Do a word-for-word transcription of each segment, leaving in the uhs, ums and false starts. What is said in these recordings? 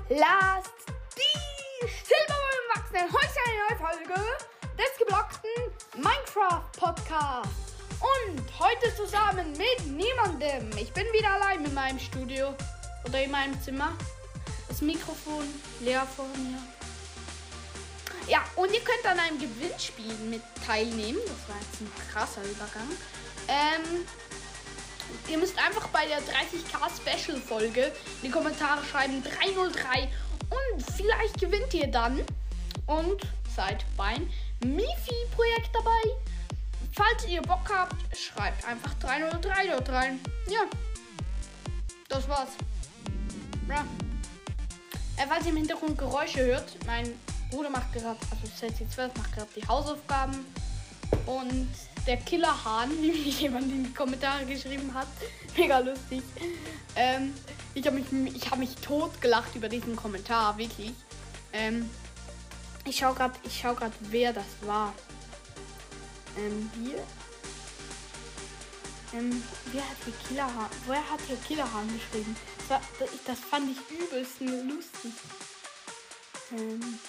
Last die Silberwolken wachsen. Heute ist eine neue Folge des geblockten Minecraft-Podcasts. Und heute zusammen mit niemandem. Ich bin wieder allein in meinem Studio oder in meinem Zimmer. Das Mikrofon leer vor mir. Ja, und ihr könnt an einem Gewinnspiel mit teilnehmen. Das war jetzt ein krasser Übergang. Ähm, ihr müsst einfach bei der dreißig K Special Folge in die Kommentare schreiben drei null drei und vielleicht gewinnt ihr dann und seid beim Mifi-Projekt dabei. Falls ihr Bock habt, schreibt einfach drei null drei dort rein. Ja, das war's. Ja. Äh, falls ihr im Hintergrund Geräusche hört, mein Bruder macht gerade, also Z C zwölf macht gerade die Hausaufgaben und der Killerhahn, wie mich jemand in die Kommentare geschrieben hat, mega lustig. Ähm, ich habe mich, ich hab mich tot gelacht über diesen Kommentar, wirklich. Ähm, ich schau gerade, ich schau gerade, wer das war. Ähm, hier. Ähm, wer hat hier Killerhahn? Wer hat hier Killerhahn geschrieben? Das, war, das, das fand ich übelst lustig. Ähm,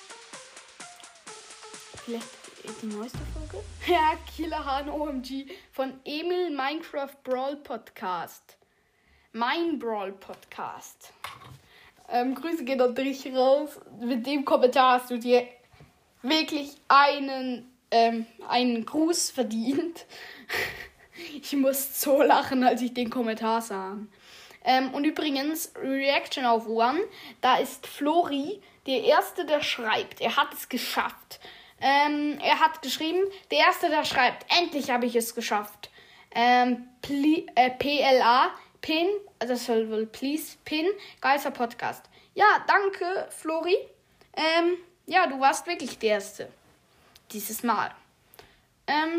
vielleicht die neueste Folge? Ja, Killerhahn O M G von Emil Minecraft Brawl Podcast. Mein Brawl Podcast. Ähm, Grüße gehen natürlich raus. Mit dem Kommentar hast du dir wirklich einen, ähm, einen Gruß verdient. Ich muss so lachen, als ich den Kommentar sah. Ähm, und übrigens, Reaction auf One, da ist Flori der Erste, der schreibt. Er hat es geschafft. Ähm, er hat geschrieben, der Erste, der schreibt, endlich habe ich es geschafft. Ähm, pli, äh, P L A, Pin, das soll wohl Please, Pin, Geister Podcast. Ja, danke, Flori. Ähm, ja, du warst wirklich der Erste. Dieses Mal. Ähm,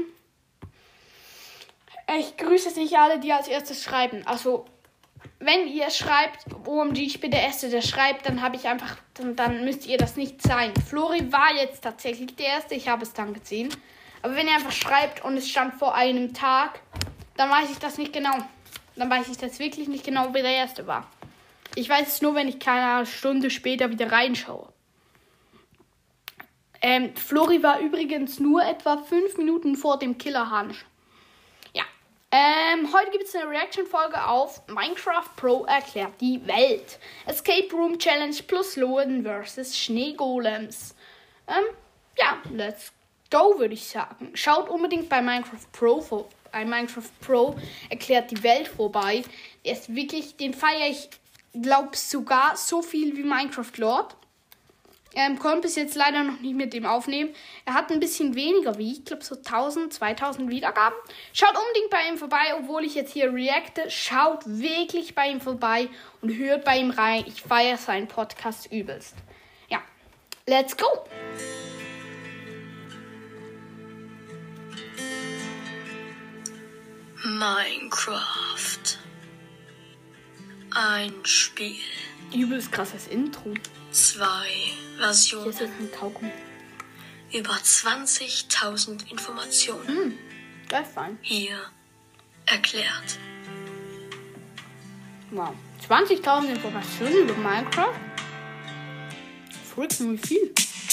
ich grüße jetzt nicht alle, die als erstes schreiben. Also, wenn ihr schreibt, O M G, ich bin der Erste, der schreibt, dann habe ich einfach, dann, dann müsst ihr das nicht sein. Flori war jetzt tatsächlich der Erste, ich habe es dann gesehen. Aber wenn ihr einfach schreibt und es stand vor einem Tag, dann weiß ich das nicht genau. Dann weiß ich das wirklich nicht genau, wer der Erste war. Ich weiß es nur, wenn ich keine Stunde später wieder reinschaue. Ähm, Flori war übrigens nur etwa fünf Minuten vor dem Killerhahn. Ähm, heute gibt es eine Reaction-Folge auf Minecraft Pro erklärt die Welt. Escape Room Challenge plus Loden versus Schneegolems. Ähm, ja, let's go, würde ich sagen. Schaut unbedingt bei Minecraft Pro vor, bei Minecraft Pro erklärt die Welt vorbei. Der ist wirklich, den feiere ich, glaube sogar so viel wie Minecraft Lord. Ähm, konnte bis jetzt leider noch nicht mit dem aufnehmen. Er hat ein bisschen weniger wie ich, glaube so tausend, zweitausend Wiedergaben. Schaut unbedingt bei ihm vorbei, obwohl ich jetzt hier reacte. Schaut wirklich bei ihm vorbei und hört bei ihm rein. Ich feiere seinen Podcast übelst. Ja, let's go! Minecraft. Ein Spiel. Übelst krasses Intro. Zwei Versionen. Hier ist jetzt ein Kaugummi. Über zwanzigtausend Informationen. Hm, geil fein. Hier erklärt. Wow. zwanzigtausend Informationen über Minecraft? Freaking wie viel.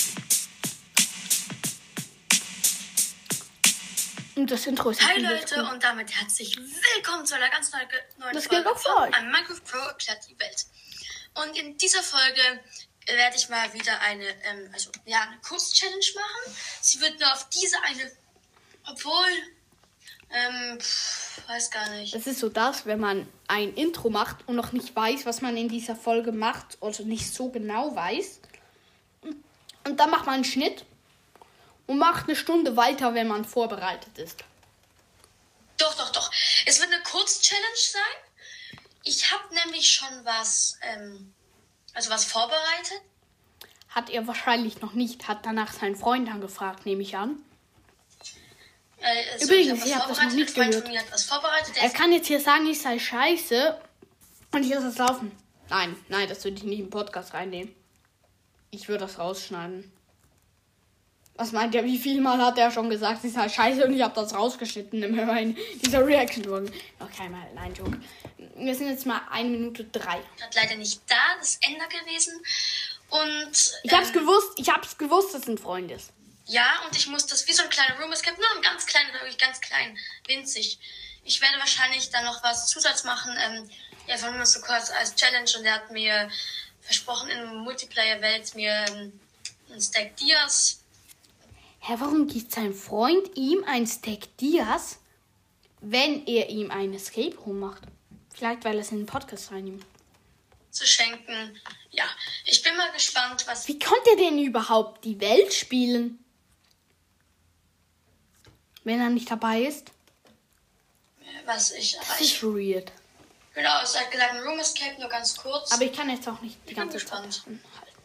Und das Intro ist Hi Leute und damit herzlich willkommen zu einer ganz neuen, neuen das Folge gilt auch für euch. von Minecraft Pro erklärt die Welt. Und in dieser Folge werde ich mal wieder eine, ähm, also ja, eine Kurz-Challenge machen. Sie wird nur auf diese eine, obwohl, ähm, pff, weiß gar nicht. Das ist so das, wenn man ein Intro macht und noch nicht weiß, was man in dieser Folge macht oder nicht so genau weiß. Und dann macht man einen Schnitt und macht eine Stunde weiter, wenn man vorbereitet ist. Doch, doch, doch. Es wird eine Kurz-Challenge sein. Ich habe nämlich schon was, ähm, also was vorbereitet. Hat er wahrscheinlich noch nicht, hat danach seinen Freund angefragt, nehme ich an. Äh, also Übrigens, ich ihr habe habt was das noch nicht vorbereitet. Ein Freund gehört. von mir hat was vorbereitet. Er kann jetzt hier sagen, ich sei scheiße und ich lasse es laufen. Nein, nein, das würde ich nicht im Podcast reinnehmen. Ich würde das rausschneiden. Was meint ihr, wie viel Mal hat er schon gesagt, sie sei scheiße und ich habe das rausgeschnitten. Immerhin dieser Reaction-Folgen. Noch keinmal, nein, Joke. Wir sind jetzt mal eine Minute drei. Hat leider nicht da, das Ender gewesen. Und Ich hab's ähm, gewusst, ich hab's gewusst, dass es ein Freund ist. ja, und ich muss das wie so ein kleiner Room Escape, nur ein ganz kleiner, wirklich ganz klein, winzig. Ich werde wahrscheinlich dann noch was Zusatz machen, ähm, ja, von mir so kurz als Challenge, und er hat mir versprochen, in der Multiplayer-Welt mir ähm, ein Stack Dias. Hä, warum gibt sein Freund ihm ein Stack Dias, wenn er ihm ein Escape Room macht? Vielleicht, weil er es in den Podcast reinnimmt. Zu schenken. Ja, ich bin mal gespannt, was... Wie konnte er denn überhaupt die Welt spielen? Wenn er nicht dabei ist? was ich Das erreiche. ist weird. Genau, es hat gesagt, ein Room Escape, nur ganz kurz. Aber ich kann jetzt auch nicht die Ich bin ganze Zeit gespannt. halten.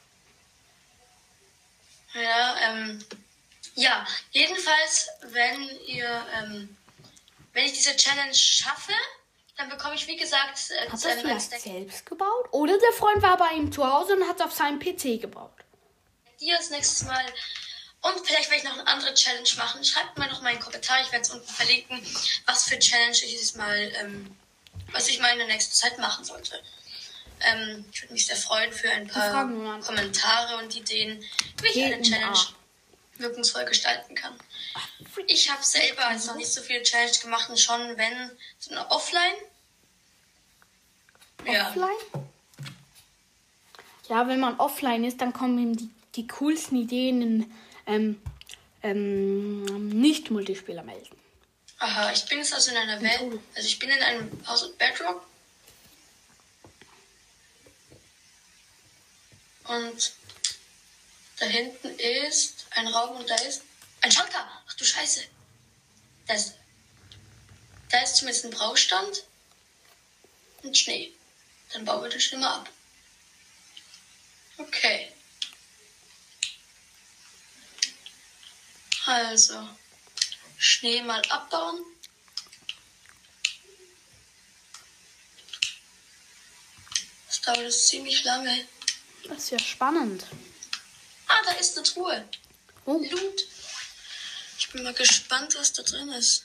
Ja, ähm, ja, jedenfalls, wenn ihr, ähm, wenn ich diese Challenge schaffe, dann bekomme ich, wie gesagt, äh, Hat das ähm, ein vielleicht Stack selbst gebaut? Oder der Freund war bei ihm zu Hause und hat es auf seinem P C gebaut? Dias nächstes Mal. Und vielleicht werde ich noch eine andere Challenge machen. Schreibt mir noch mal in den Kommentar, ich werde es unten verlinken, was für Challenge ich dieses Mal, ähm, was ich mal in der nächsten Zeit machen sollte. Ähm, ich würde mich sehr freuen für ein paar fragen wir mal. Kommentare und Ideen, wie ich eine G N A. Challenge wirkungsvoll gestalten kann. Ich habe selber jetzt noch nicht so viele Challenge gemacht und schon, wenn, so eine Offline. Ja. Offline? Ja, wenn man offline ist, dann kommen ihm die, die coolsten Ideen in ähm, ähm, Nicht-Multispieler melden. Aha, ich bin jetzt also in einer Welt, also ich bin in einem Haus of Bedrock. Und da hinten ist ein Raum und da ist ein Schalter. Ach du Scheiße. Da ist, da ist zumindest ein Braustand und Schnee. Dann bauen wir den Schnee mal ab. Okay. Also, Schnee mal abbauen. Das dauert jetzt ziemlich lange. Das ist ja spannend. Ah, da ist eine Truhe. Oh, Loot. Ich bin mal gespannt, was da drin ist.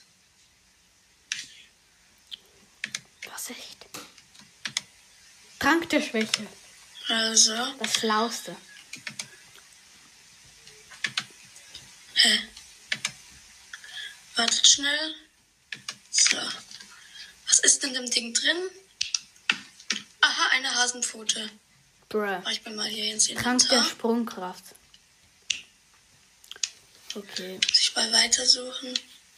was echt? Trank der Schwäche. Also, Das Schlauste. hä? Wartet schnell. So. Was ist in dem Ding drin? Aha, eine Hasenpfote. Bruh. Mach ich mir mal hier ins Trank der Inventar. Sprungkraft. Okay. Muss ich mal weitersuchen.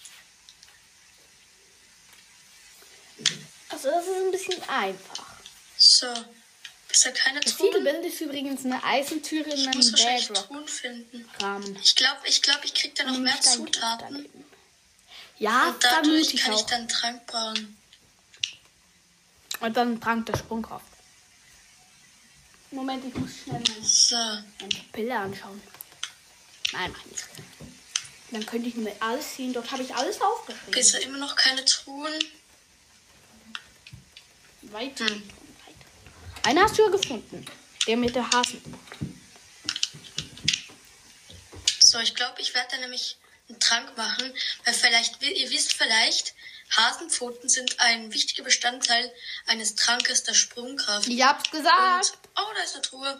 Also das ist ein bisschen einfach. So. Ist da keine Das Truhen? Titelbild ist übrigens eine Eisentüre in Ich einem muss wahrscheinlich Bedrock-Rahmen. Truhen finden. Ich glaube, ich, glaub, ich krieg da noch mehr Zutaten. Ja, Und dadurch vermute ich kann ich auch. dann Trank brauen. Und dann Trank der Sprungkraft. Moment, ich muss schnell meine, So. meine Pille anschauen. Nein, mach nicht. Dann könnte ich mir alles sehen. Dort habe ich alles aufgeschrieben. Ist da immer noch keine Truhen? Weiter. Hm. Weiter. Eine hast du ja gefunden. Der mit der Hasen. So, ich glaube, ich werde da nämlich einen Trank machen, weil vielleicht, ihr wisst vielleicht, Hasenpfoten sind ein wichtiger Bestandteil eines Trankes der Sprungkraft. Ich hab's Und, gesagt. oh, da ist eine Truhe.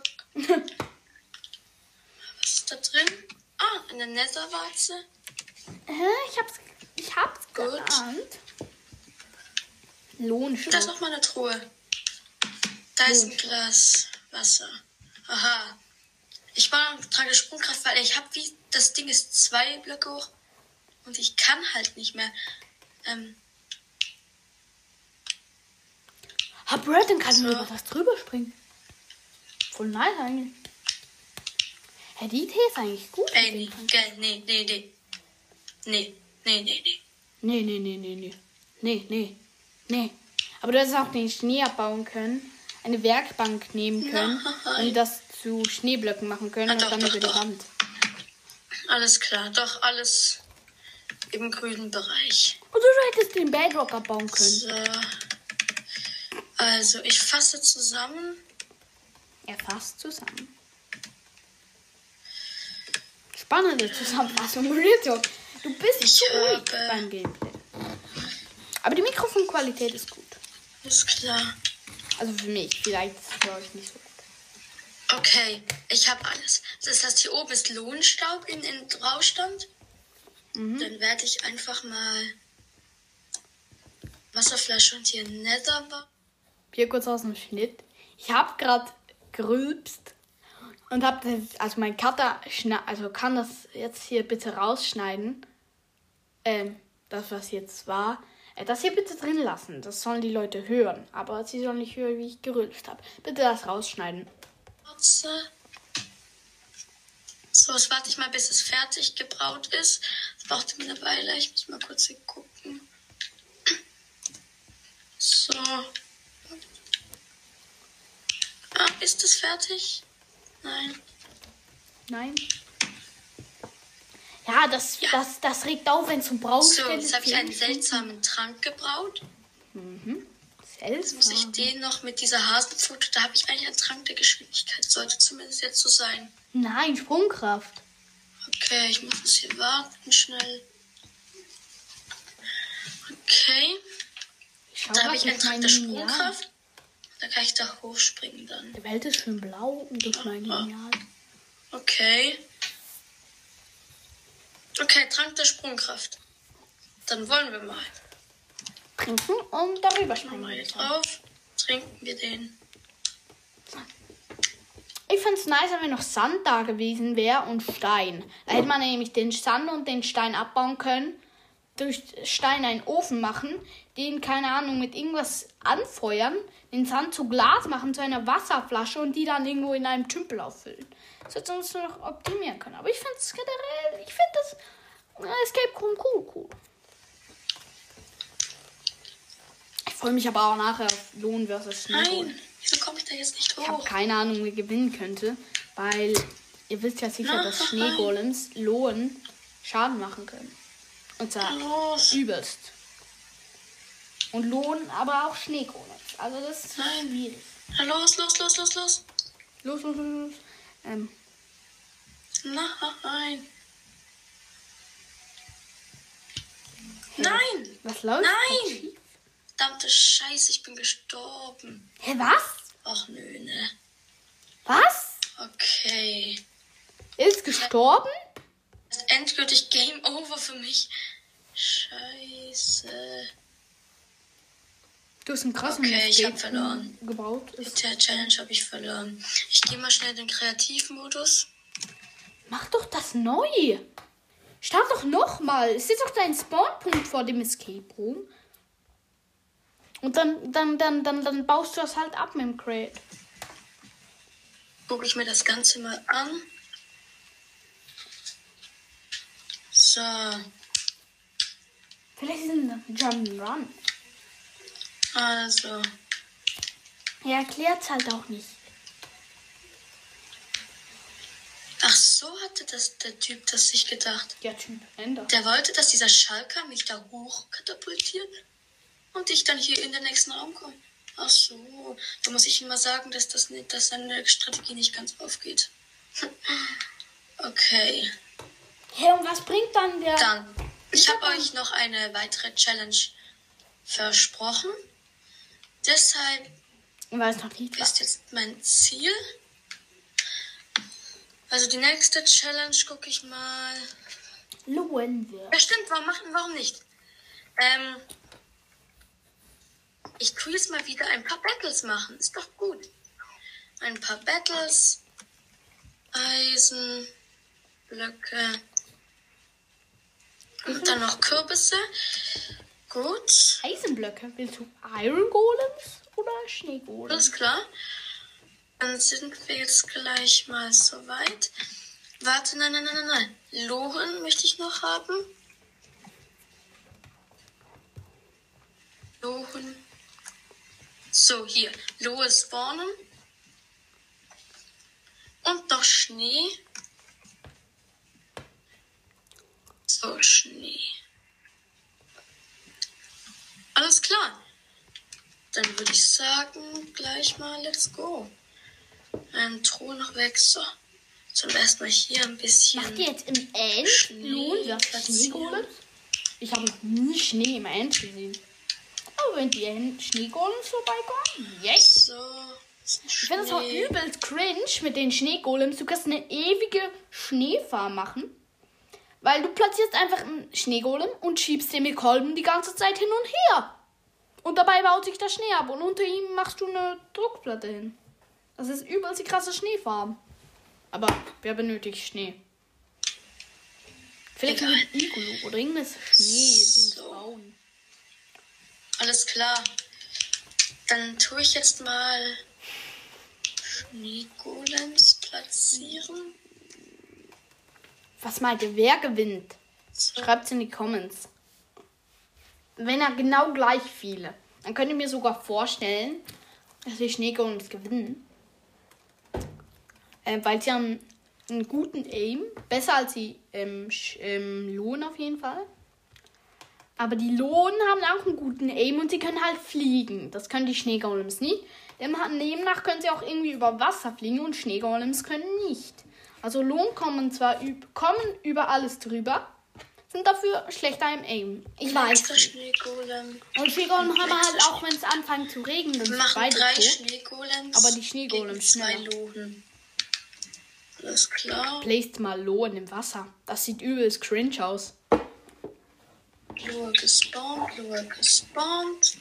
Was ist da drin? Ah, eine Netherwarze. Hä? Ich hab's, ich hab's Gut. geahnt. Lohnstoff. Da ist noch mal eine Truhe. Da ist ein Glas Wasser. Aha. Ich mache einen Trank der Sprungkraft, weil ich habe wie, das Ding ist zwei Blöcke hoch und ich kann halt nicht mehr. Ähm, Hab Brad, dann kann So. mir über was drüber springen. Voll nice eigentlich. Hä, die Tee ist eigentlich gut. ey, nee, gell, nee, nee, nee. Nee, nee, nee, nee. Nee, nee, nee, nee, nee. Nee, nee, nee. Aber du hättest auch den Schnee abbauen können, eine Werkbank nehmen können Nein. und das zu Schneeblöcken machen können Ah, und doch, dann doch, über die doch. Wand. Alles klar, doch alles im grünen Bereich. Und du hättest den Bedrock abbauen können. So. Also, ich fasse zusammen. Er fasst zusammen. Spannende Zusammenfassung. Real Talk. Du bist Ich so ruhig habe- beim Gameplay. Aber die Mikrofonqualität ist gut. Ist klar. Also für mich. Vielleicht ist es für euch nicht so gut. Okay, ich habe alles. Das heißt, hier oben ist Lohnstaub in, in Rauchstand. Mhm. Dann werde ich einfach mal Wasserflasche und hier Nether bauen. Hier kurz aus dem Schnitt. Ich habe gerade gerülpst und habe das, also mein Cutter, schna- also kann das jetzt hier bitte rausschneiden. Ähm, das was jetzt war. Äh, das hier bitte drin lassen. Das sollen die Leute hören. Aber sie sollen nicht hören, wie ich gerülpst habe. Bitte das rausschneiden. So, jetzt warte ich mal, bis es fertig gebraut ist. Das braucht immer eine Weile. Ich muss mal kurz hier gucken. So. Ah, ist es fertig? Nein. Nein. Ja, das, Ja. das, das regt auf, wenn es zum Brauen So, steht. jetzt habe ich einen seltsamen Trank gebraut. Jetzt muss ich Seltsam. den noch mit dieser Hasenpfote, da habe ich eigentlich einen Trank der Geschwindigkeit. Sollte zumindest jetzt so sein. Nein, Sprungkraft. Okay, ich muss es hier warten, schnell. Okay, Ich schau da habe grad ich durch einen Trank mein der Lineal. Sprungkraft. Da kann ich da hochspringen dann. Die Welt ist schön blau und durch mein Ah. Lineal. Okay. Okay, Trank der Sprungkraft. Dann wollen wir mal. Trinken und darüber Machen springen. wir hier bitte. drauf. Trinken wir den. Ich fände es nice, wenn noch Sand da gewesen wäre und Stein. Da hätte man nämlich den Sand und den Stein abbauen können, durch Stein einen Ofen machen, den, keine Ahnung, mit irgendwas anfeuern, den Sand zu Glas machen, zu einer Wasserflasche und die dann irgendwo in einem Tümpel auffüllen. Das hätte uns noch optimieren können. Aber ich finde es generell, ich finde das äh, Escape Room cool, cool. Ich freue mich aber auch nachher auf Lohn versus Schneegold. Nein, wieso komme ich da jetzt nicht Ich habe hoch? keine Ahnung, wer gewinnen könnte, weil ihr wisst ja sicher, Nein. dass Schneegolems Lohn Schaden machen können. Und zwar Los. übelst. Und Lohn aber auch Schneegolems. Also das ist Nein. schwierig. Na, los, los, los, los, los. Los, los, los, los. Ähm, Nein. Nein. was läuft? Nein. Verdammte Scheiße, ich bin gestorben. Hä, was? Ach nö, ne. Was? Okay. Er ist gestorben? Das ist endgültig Game Over für mich. Scheiße. Du hast einen krassen Okay, ich hab Escape verloren. gebaut. Mit der Challenge habe ich verloren. Ich gehe mal schnell in den Kreativmodus. Mach doch das neu. Start doch nochmal. Es ist doch dein Spawnpunkt vor dem Escape Room. Und dann, dann, dann, dann, dann baust du das halt ab mit dem Crate. Gucke ich mir das Ganze mal an. So. Vielleicht ist es ein Jump'n'Run. Also. Er erklärt es halt auch nicht. Ach so hatte das der Typ das sich gedacht. Der Typ ändert. Der wollte, dass dieser Schalker mich da hoch katapultiert und ich dann hier in den nächsten Raum komme. Ach so, da muss ich ihm mal sagen, dass das nicht, dass seine Strategie nicht ganz aufgeht. Okay, Hey, und was bringt dann der... dann. Ich habe euch noch eine weitere Challenge versprochen. Deshalb Ich weiß noch nicht, was. ist jetzt mein Ziel. Also die nächste Challenge gucke ich mal. Lohn wird. Ja, stimmt, warum machen, warum nicht? Ähm, ich tue jetzt mal wieder ein paar Battles machen. Ist doch gut. Ein paar Battles. Eisen, Blöcke. Und dann noch Kürbisse. Gut. Eisenblöcke. Willst du Iron Golems oder Schneegolems? Alles klar. Dann sind wir jetzt gleich mal soweit. Warte, nein, nein, nein, nein, nein. Lohen möchte ich noch haben. Lohen. So, hier. Lohe spawnen. Und noch Schnee. So, Schnee. Alles klar. Dann würde ich sagen, gleich mal let's go. Ähm, Truhe noch weg. So. Zum ersten Mal hier ein bisschen. Macht ihr jetzt im End Lohn das Schneegolems? Ich habe noch nie Schnee im End gesehen. Aber wenn die End Schneegolems vorbeikommen, yes! So. Ich finde das auch übelst cringe mit den Schneegolems. Du kannst eine ewige Schneefarm machen. Weil du platzierst einfach einen Schneegolem und schiebst den mit Kolben die ganze Zeit hin und her. Und dabei baut sich der Schnee ab und unter ihm machst du eine Druckplatte hin. Das ist übelst die krasse Schneefarm. Aber wer benötigt Schnee? Vielleicht ein Iglu oder irgendwas Schnee, den So. Frauen. Alles klar. Dann tue ich jetzt mal Schneegolems platzieren. Was meint ihr, wer gewinnt? So. Schreibt's in die Comments. Wenn er genau gleich viele, dann könnt ihr mir sogar vorstellen, dass die Schneegolems gewinnen. Äh, weil sie haben einen guten Aim. Besser als die ähm, Sch- ähm, Lohn auf jeden Fall. Aber die Lohnen haben auch einen guten Aim und sie können halt fliegen. Das können die Schneegolems nicht. Demnach können sie auch irgendwie über Wasser fliegen und Schneegolems können nicht. Also Lohn kommen zwar üb- kommen über alles drüber, sind dafür schlechter im Aim. Ich weiß Nächster nicht. Schneegolem. Und Schneegolem haben wir halt auch, wenn es anfängt zu regnen, dann Wir sind machen beide drei tot. Schneegolems. Aber die Schneegolems gegen zwei schneller. Lohnen. Alles klar. Placed mal Lohn im Wasser. Das sieht übelst cringe aus. Lohe gespawnt, Lohe gespawnt.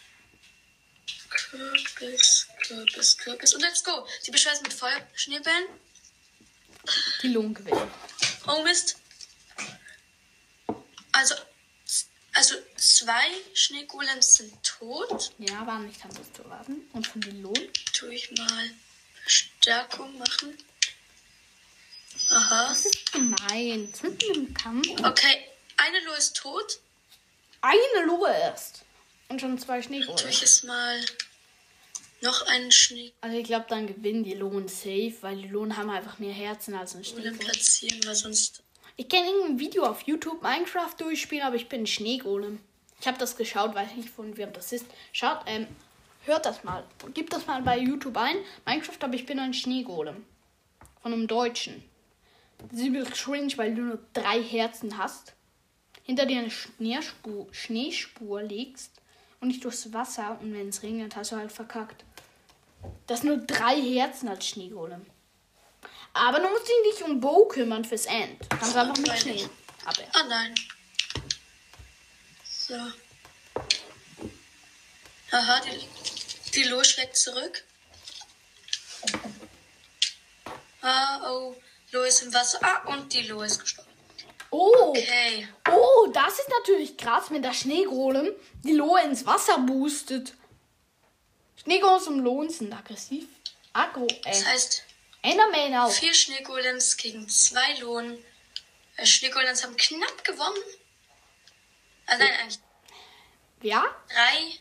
Kürbis, Kürbis, Kürbis. Und let's go. Die beschweißen mit Feuerschneebällen. Die Lohn gewinnen. Oh Mist. Also, also zwei Schneegolems sind tot. Ja, war nicht anders zu erwarten. Und von den Lohn? Tue ich mal Verstärkung machen. Aha. Das ist gemein. Mitten im Kampf. Okay, eine Lohe ist tot. Eine Lohe erst. Und schon zwei Tue ich Schneegolems. jetzt mal noch einen Schneegolem Also ich glaube, dann gewinnen die Lohn safe, weil die Lohn haben einfach mehr Herzen als ein Schneegolem. platzieren, weil sonst... Ich kenne irgendein Video auf YouTube Minecraft durchspielen, aber ich bin ein Schneegolem. Ich habe das geschaut, weiß nicht von wem das ist. Schaut, ähm, hört das mal. Gib das mal bei YouTube ein. Minecraft, aber ich bin ein Schneegolem. Von einem Deutschen. Das ist übel cringe, weil du nur drei Herzen hast. Hinter dir eine Schneespur, Schneespur legst und nicht durchs Wasser. Und wenn es regnet, hast du halt verkackt. Das sind nur drei Herzen als Schneegolem. Aber du musst dich nicht um Bo kümmern fürs End. Du kannst einfach mit Schnee. Aber Ah nein. So. Aha, die, die Lohe schlägt zurück. Ah, oh. Lohe ist im Wasser. Ah, und die Lohe ist gestorben. Oh, Okay. oh, das ist natürlich krass, wenn der Schneegolem die Lohe ins Wasser boostet. Schneegolems und Lohn sind aggressiv. Aggro, Das äh, heißt, Enderman auch. vier Schneegolems gegen zwei Lohen. Äh, Schneegolems haben knapp gewonnen. Ah nein, eigentlich Ja? drei.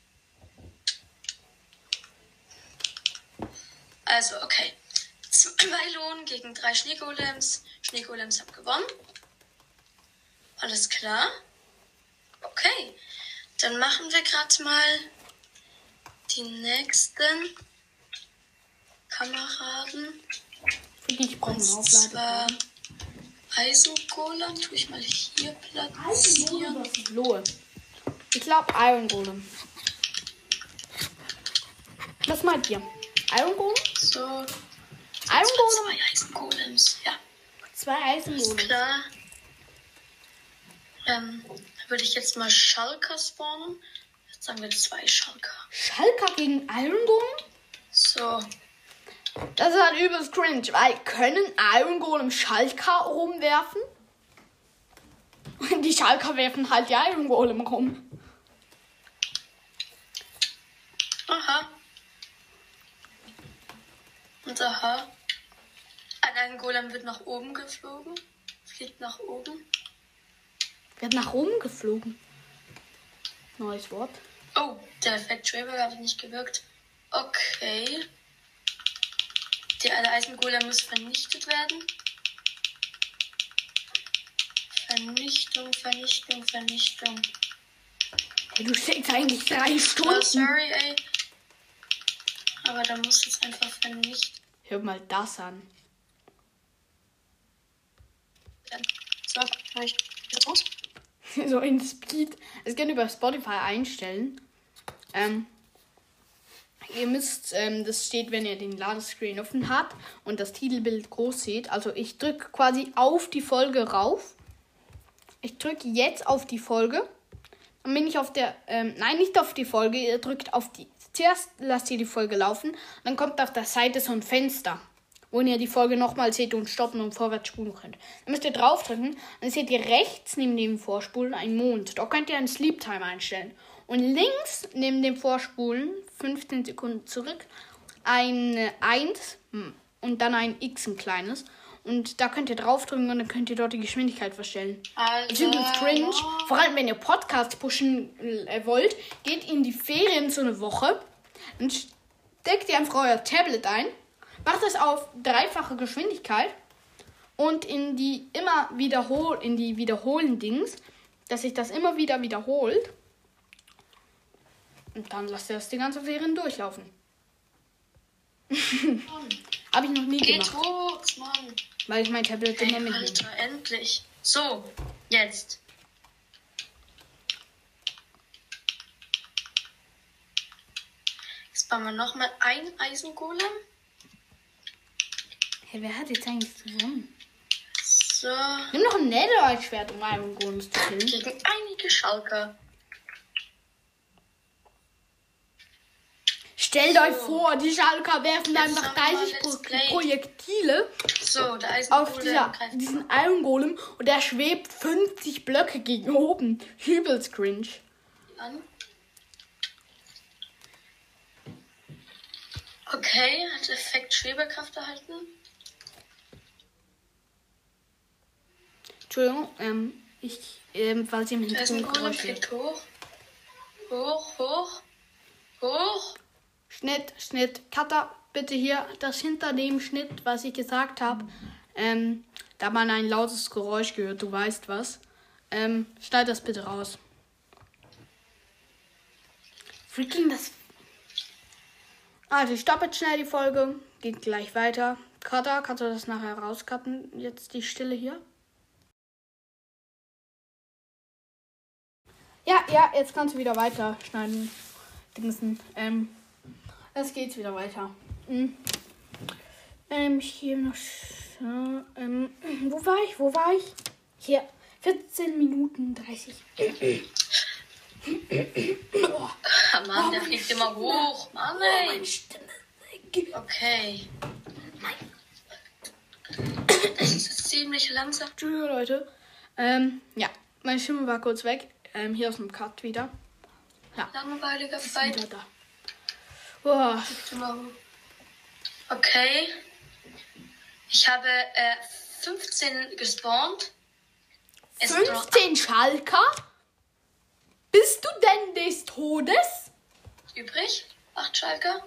Also, okay. Zwei Lohn gegen drei Schneegolems. Schneegolems haben gewonnen. Alles klar. Okay. Dann machen wir gerade mal die nächsten Kameraden. Für die ich brauche Und einen zwar Aufladeplatten. Eisengolem. Tue ich mal hier platzieren. Lohe. Ich glaube Iron Golem. Was meint ihr? Iron Golem? So. Iron Golem? Zwei Eisengolems. Ja. Zwei Alles Eisengolem. klar. Ähm, würde ich jetzt mal Schalker spawnen. Jetzt sagen wir zwei Schalker. Schalker gegen Iron Golem? So. Das ist halt übelst cringe, weil können Iron Golem Schalker rumwerfen? Und die Schalker werfen halt die Iron Golem rum. Aha. Und aha. Ein Golem wird nach oben geflogen. Fliegt nach oben. Wird nach oben geflogen. Neues Wort. Oh, der Effekt Travel hat nicht gewirkt. Okay. Der Eisengolem muss vernichtet werden. Vernichtung, Vernichtung, Vernichtung. Hey, du steckst eigentlich drei Oh, Stunden. sorry, ey. Aber da muss es einfach vernichten. Hör mal das an. So, mach ich das aus. So in Speed. Es kann über Spotify einstellen. Ähm, ihr müsst, ähm, das steht, wenn ihr den Ladescreen offen habt und das Titelbild groß seht. Also ich drücke quasi auf die Folge rauf. Ich drücke jetzt auf die Folge. Dann bin ich auf der, ähm, nein, nicht auf die Folge. Ihr drückt auf die, zuerst lasst ihr die Folge laufen. Dann kommt auf der Seite so ein Fenster, wo ihr die Folge nochmal seht und stoppen und vorwärts spulen könnt. Dann müsst ihr draufdrücken. Dann seht ihr rechts neben dem Vorspulen einen Mond. Da könnt ihr einen Sleep Time einstellen. Und links neben dem Vorspulen, fünfzehn Sekunden zurück, eine eins und dann ein X, ein kleines. Und da könnt ihr draufdrücken und dann könnt ihr dort die Geschwindigkeit verstellen. Also, Ich finde es cringe. Vor allem, wenn ihr Podcast pushen äh, wollt, geht in die Ferien so eine Woche. Dann steckt ihr einfach euer Tablet ein, macht das auf dreifache Geschwindigkeit und in die immer wiederhol in die Wiederholen-Dings, dass sich das immer wieder wiederholt. Und dann lasst ihr das die ganze Ferien durchlaufen. Habe ich noch nie Geht gemacht. hoch, Mann. Weil ich mein Tablet immer Ey, mitnehme. Alter, endlich. So, jetzt. Jetzt bauen wir nochmal ein Eisengolem. Hey, wer hat jetzt eigentlich gewonnen? So. Nimm noch ein Netherite-Schwert, um Iron Golems zu killen. Gegen einige Schalker. Stellt euch vor, die Schalker werfen Jetzt einfach haben wir dreißig Let's Pro- Play. Projektile So, der auf Eisengolem dieser, greift diesen Iron Golem und der schwebt fünfzig Blöcke gegen oben. Übelst cringe. an. Okay, hat Effekt Schwebekraft erhalten. Entschuldigung, ähm, ich, ähm, weil sie im Da ist ein Hintergrund Golem, Geräusche. fliegt hoch. Hoch, hoch, hoch. Schnitt, Schnitt, Cutter, bitte hier das hinter dem Schnitt, was ich gesagt habe. Ähm, da man ein lautes Geräusch gehört, du weißt was. Ähm, schneid das bitte raus. Freaking das. Also, ich stoppe jetzt schnell die Folge. Geht gleich weiter. Cutter, kannst du das nachher rauscutten? Jetzt die Stille hier. Ja, ja, jetzt kannst du wieder weiter schneiden. Dingsen. Ähm, es geht wieder weiter. Mhm. Ähm, hier noch. So, ähm, wo war ich? Wo war ich? Hier. vierzehn Minuten dreißig. Oh, Ah, Mann, der Oh, fliegt meine immer Stimme. hoch. Mann, oh, ey. meine Stimme. ist Okay. Das ist ziemlich langsam. Entschuldigung, Leute. Ähm, ja, meine Stimme war kurz weg. Ähm, hier aus dem Cut wieder. Ja, Langweiliger ist wieder Fight. da. Boah. Fliegt immer hoch. Okay. Ich habe äh, fünfzehn gespawnt. Es sind nur noch fünfzehn Schalker? Bist du denn des Todes? acht übrig. acht Schalker.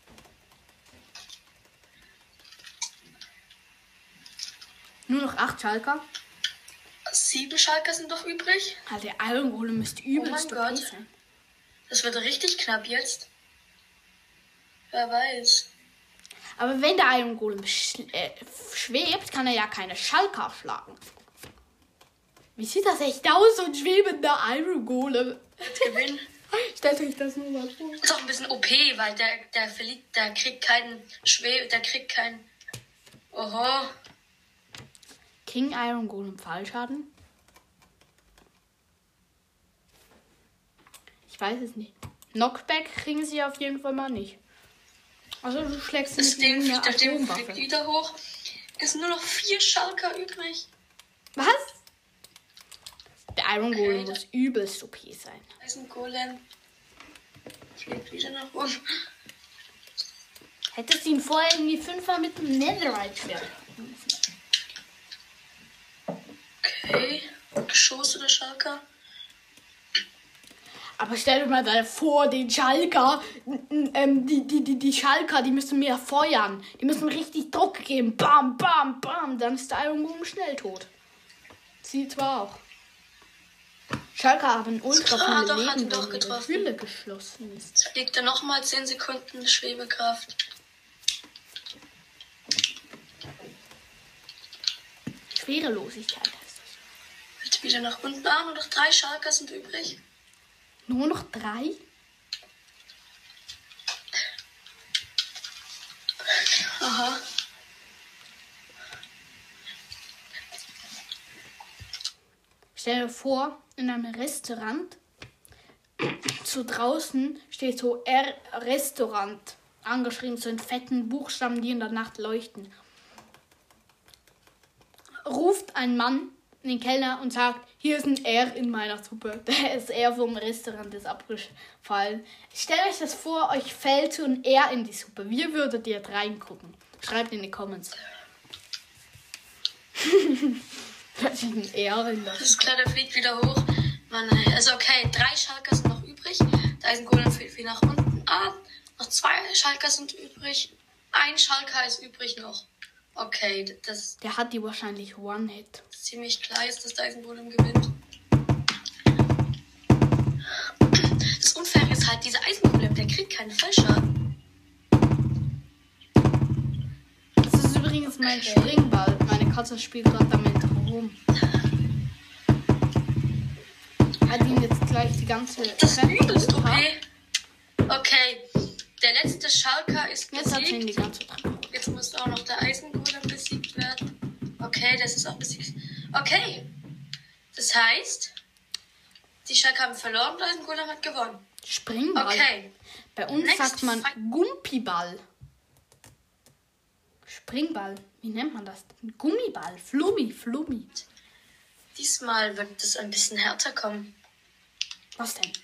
Nur noch acht Schalker. sieben Schalker sind doch übrig. Ah, der Iron Golem müsste übelst Oh mein okay Gott. sein. Das wird richtig knapp jetzt. Wer weiß. Aber wenn der Iron Golem sch äh, schwebt, kann er ja keine Schalker schlagen. Wie sieht das echt aus, so ein schwebender Iron Golem? Gewinn. Stellt euch das nur mal vor. Ist auch ein bisschen O P, weil der, der verliegt, der kriegt keinen Schweb, der kriegt keinen. Oho. King Iron Golem Fallschaden? Ich weiß es nicht. Knockback kriegen sie auf jeden Fall mal nicht. Also du schlägst Das mit Ding einer fliegt, das Ding fliegt Atomwaffe. wieder hoch. Es sind nur noch vier Schalker übrig. Was? Der Iron Okay, Golem das- muss übelst O P sein. Da ist ein Golem. Fliegt wieder nach oben. Hättest du ihn vorher irgendwie fünfmal mit dem Netherite-Schwert. Okay. Geschoss oder Schalker. Aber stell dir mal da vor, den Schalker, n- ähm, die, die, die, die Schalker, die müssen mehr feuern. Die müssen richtig Druck geben. Bam, bam, bam. Dann ist der Iron Golem schnell tot. Sie zwar auch. Schalker haben ultra Ah, viele doch, hat ihn Leben, doch wenn ihre getroffen. Hülle geschlossen ist. Jetzt fliegt er nochmal zehn Sekunden Schwebekraft. Schwerelosigkeit heißt Wieder nach unten. Ah, nur noch drei Schalker sind übrig. Nur noch drei? Aha. Stell dir vor, in einem Restaurant, so draußen steht so R Restaurant angeschrieben, so in fetten Buchstaben, die in der Nacht leuchten. Ruft ein Mann in den Kellner und sagt, hier ist ein R in meiner Suppe. Der ist R vom Restaurant, ist abgefallen. Stellt euch das vor, euch fällt so ein R in die Suppe. Wie würdet ihr reingucken? Schreibt in die Comments. Plötzlich ein R in der Suppe. Das Kleine fliegt wieder hoch. Mann, also okay, drei Schalker sind noch übrig. Der Eisengolem fällt wieder nach unten. Ah, noch zwei Schalker sind übrig. Ein Schalker ist übrig noch. Okay, das Der hat die wahrscheinlich One-Hit. ist ziemlich klar, ist, dass der Eisengolem gewinnt. Das Unfaire ist halt, dieser Eisengolem, der kriegt keinen Fallschaden. Das ist übrigens mein Okay. Springball. Meine Katze spielt gerade damit rum. Hat ihn jetzt gleich die ganze Das ist Treppe übelst hoch. okay. Okay, der letzte Schalker ist Jetzt hat sie ihn die besiegt. ganze Treppe hoch. Jetzt muss auch noch der Eisengolem besiegt werden. Okay, das ist auch besiegt. Okay, das heißt, die Schalker haben verloren, der Eisengolem hat gewonnen. Springball. Okay, Bei uns Next sagt man fight. Gumpiball. Springball. Wie nennt man das? Gummiball. Flummi, Flummi. diesmal wird es ein bisschen härter kommen. Was denn?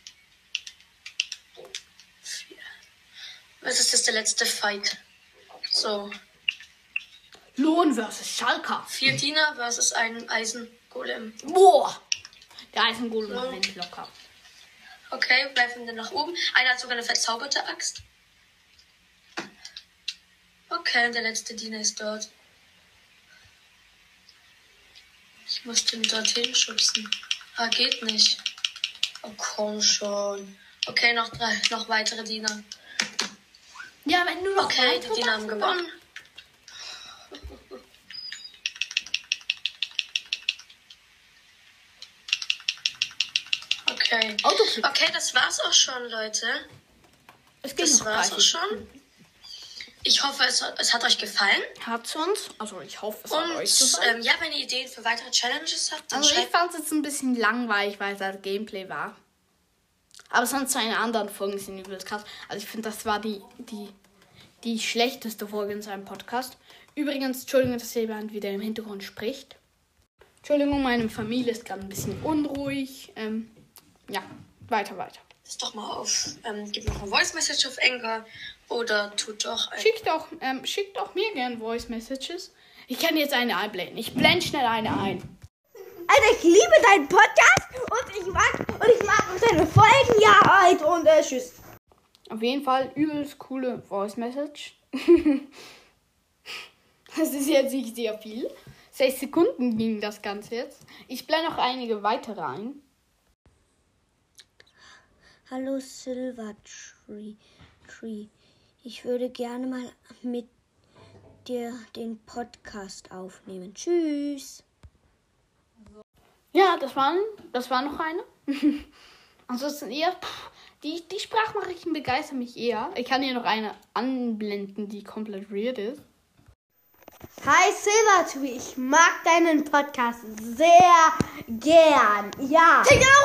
Was ist das der letzte Fight? So, Lohn versus Schalker. vier Diener versus ein Eisengolem. Boah. Der Eisengolem Ja. gewinnt locker. Okay, werfen wir nach oben. Einer hat sogar eine verzauberte Axt. Okay, und der letzte Diener ist dort. Ich muss den dorthin schubsen. Ah, geht nicht. Oh, komm schon. Okay, noch drei, noch weitere Diener. Ja, wenn du noch Okay, weitere die Diener haben machst, gewonnen. Okay. Autoklick. Okay, das war's auch schon, Leute. Es geht Das noch war's auch dreißig. schon. Ich hoffe, es, es hat euch gefallen. Hat's uns? Also ich hoffe, es hat Und euch gefallen. ähm, ja, wenn ihr Ideen für weitere Challenges habt, dann Also ich schreibt. fand es jetzt ein bisschen langweilig, weil es halt Gameplay war. Aber sonst seine anderen Folgen sind übelst krass. Also ich finde, das war die, die, die schlechteste Folge in seinem Podcast. Übrigens, Entschuldigung, dass jemand wieder im Hintergrund spricht. Entschuldigung, meine Familie ist gerade ein bisschen unruhig. Ähm, ja, weiter, weiter. Das doch mal auf. Ähm, gebt noch eine Voice Message auf Anchor oder tut doch ein. Schickt auch, ähm, schickt auch mir gerne Voice Messages. Ich kann jetzt eine einblenden. Ich blende schnell eine ein. Also ich liebe deinen Podcast und ich mag und ich mag auch deine Folgen, ja, halt und äh, tschüss. Auf jeden Fall übelst coole Voice Message. Das ist jetzt nicht sehr viel. Sechs Sekunden ging das Ganze jetzt. Ich blende noch einige weitere ein. Hallo Silver Tree, Tree. Ich würde gerne mal mit dir den Podcast aufnehmen. Tschüss. Ja, das war, das war noch eine. Ansonsten eher, pff, die, die Sprachnachrichten begeistern mich eher. Ich kann hier noch eine anblenden, die komplett weird ist. Hi Silver Tree, ich mag deinen Podcast sehr gern. Ja.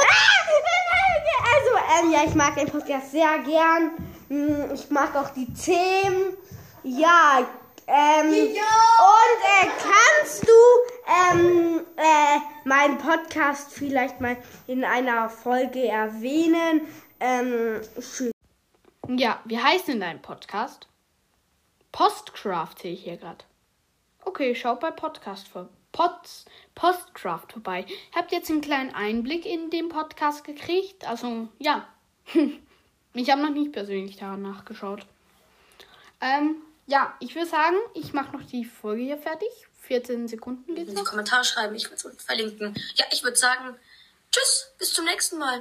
Also, ähm, ja, ich mag den Podcast sehr gern. Hm, Ich mag auch die Themen. Ja, ähm, und äh, kannst du ähm, äh, meinen Podcast vielleicht mal in einer Folge erwähnen? Ähm, tschüss. Ja, wie heißt denn dein Podcast? Postcraft sehe ich hier gerade. Okay, schaut bei Podcast vor. Pods, Postcraft vorbei. Habt jetzt einen kleinen Einblick in den Podcast gekriegt? Also, ja. Ich habe noch nicht persönlich daran nachgeschaut. Ähm, ja, ich würde sagen, ich mache noch die Folge hier fertig. vierzehn Sekunden geht's In die noch. Kommentare schreiben, ich würde es unten verlinken. Ja, ich würde sagen, tschüss, bis zum nächsten Mal.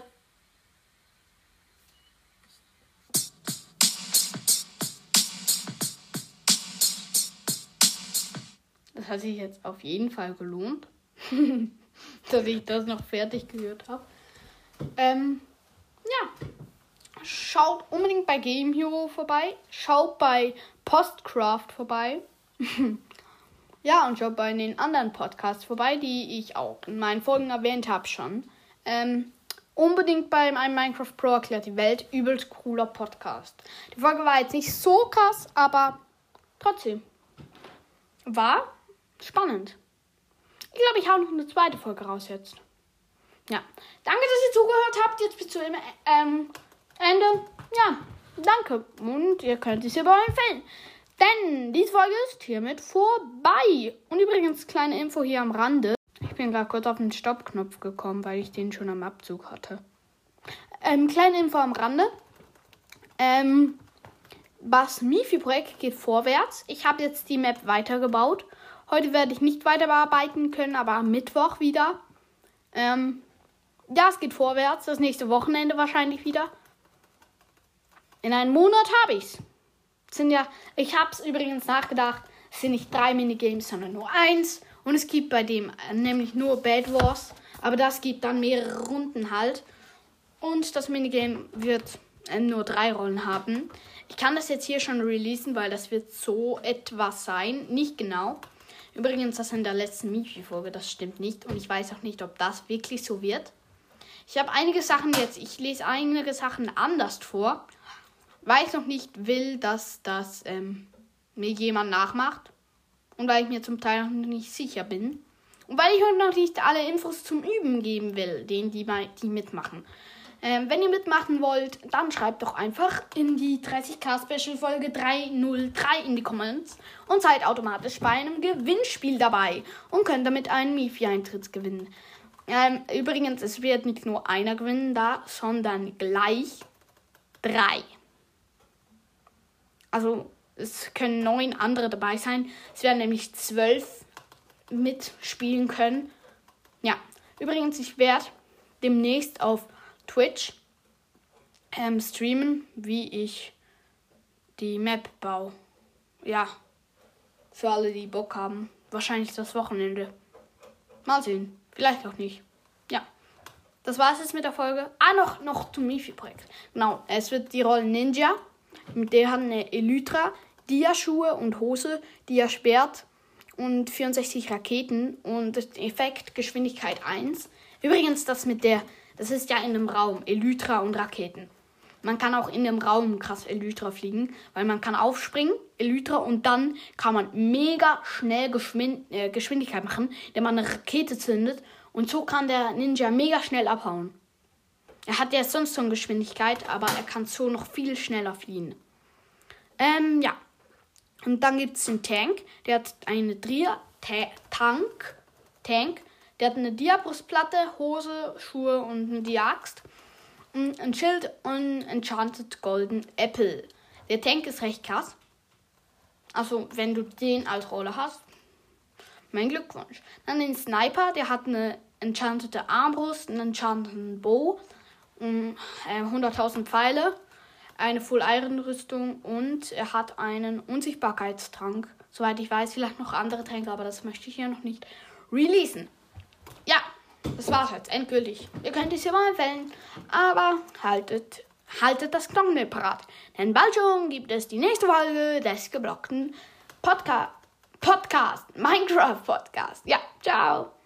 Das hat sich jetzt auf jeden Fall gelohnt. dass ich das noch fertig gehört habe. Ähm, ja. Schaut unbedingt bei Game Hero vorbei. Schaut bei Postcraft vorbei. Ja, und schaut bei den anderen Podcasts vorbei, die ich auch in meinen Folgen erwähnt habe schon. Ähm, unbedingt bei meinem Minecraft Pro erklärt die Welt. Übelst cooler Podcast. Die Folge war jetzt nicht so krass, aber trotzdem. War spannend. Ich glaube, ich hau noch eine zweite Folge raus jetzt. Ja. Danke, dass ihr zugehört habt. Jetzt bis zum ähm, Ende. Ja, danke. Und ihr könnt es hierbei empfehlen. Denn diese Folge ist hiermit vorbei. Und übrigens, kleine Info hier am Rande. Ich bin gerade kurz auf den Stoppknopf gekommen, weil ich den schon am Abzug hatte. Ähm, kleine Info am Rande. Ähm, das Mifi-Projekt geht vorwärts. Ich habe jetzt die Map weitergebaut. Heute werde ich nicht weiter bearbeiten können, aber am Mittwoch wieder. Ähm, ja, es geht vorwärts. Das nächste Wochenende wahrscheinlich wieder. In einem Monat habe ich's. Sind ja, ich habe es übrigens nachgedacht, es sind nicht drei Minigames, sondern nur eins. Und es gibt bei dem äh, nämlich nur Bad Wars. Aber das gibt dann mehrere Runden halt. Und das Minigame wird äh, nur drei Rollen haben. Ich kann das jetzt hier schon releasen, weil das wird so etwas sein. Nicht genau. Übrigens, das in der letzten Mifi-Folge, das stimmt nicht. Und ich weiß auch nicht, ob das wirklich so wird. Ich habe einige Sachen jetzt, ich lese einige Sachen anders vor. Weil ich noch nicht will, dass das ähm, mir jemand nachmacht. Und weil ich mir zum Teil noch nicht sicher bin. Und weil ich euch noch nicht alle Infos zum Üben geben will, denen die, die mitmachen. Ähm, wenn ihr mitmachen wollt, dann schreibt doch einfach in die dreißig K Special Folge dreihundertdrei in die Comments. Und seid automatisch bei einem Gewinnspiel dabei. Und könnt damit einen Mifi-Eintritt gewinnen. Ähm, übrigens, es wird nicht nur einer gewinnen da, sondern gleich drei. Also es können neun andere dabei sein. Es werden nämlich zwölf mitspielen können. Ja, übrigens, ich werde demnächst auf Twitch ähm, streamen, wie ich die Map baue. Ja, für alle, die Bock haben. Wahrscheinlich das Wochenende. Mal sehen. Vielleicht auch nicht. Ja, das war es jetzt mit der Folge. Ah, noch, noch zum Mifi-Projekt. Genau, es wird die Rolle Ninja. Mit der hat eine Elytra, Dia-Schuhe und Hose, Dia-Schwert und vierundsechzig Raketen und Effekt Geschwindigkeit eins. Übrigens, das mit der, das ist ja in einem Raum, Elytra und Raketen. Man kann auch in dem Raum krass Elytra fliegen, weil man kann aufspringen, Elytra, und dann kann man mega schnell Geschwind, äh, Geschwindigkeit machen, indem man eine Rakete zündet, und so kann der Ninja mega schnell abhauen. Er hat ja sonst schon Geschwindigkeit, aber er kann so noch viel schneller fliehen. Ähm, ja. Und dann gibt es den Tank. Der hat eine Dia-Tank. Tank. Der hat eine Dia-Brustplatte, Hose, Schuhe und eine Dia-Axt. Ein Schild und Enchanted Golden Apple. Der Tank ist recht krass. Also, wenn du den als Rolle hast, mein Glückwunsch. Dann den Sniper. Der hat eine enchantete Armbrust, einen enchanteten Bow, hunderttausend Pfeile, eine Full-Iron-Rüstung und er hat einen Unsichtbarkeitstrank. Soweit ich weiß, vielleicht noch andere Tränke, aber das möchte ich hier noch nicht releasen. Ja, das war's jetzt, endgültig. Ihr könnt es hier mal empfehlen, aber haltet, haltet das Knochenmehl parat. Denn bald schon gibt es die nächste Folge des geblockten Podca- Podcast, Minecraft Podcast. Ja, ciao.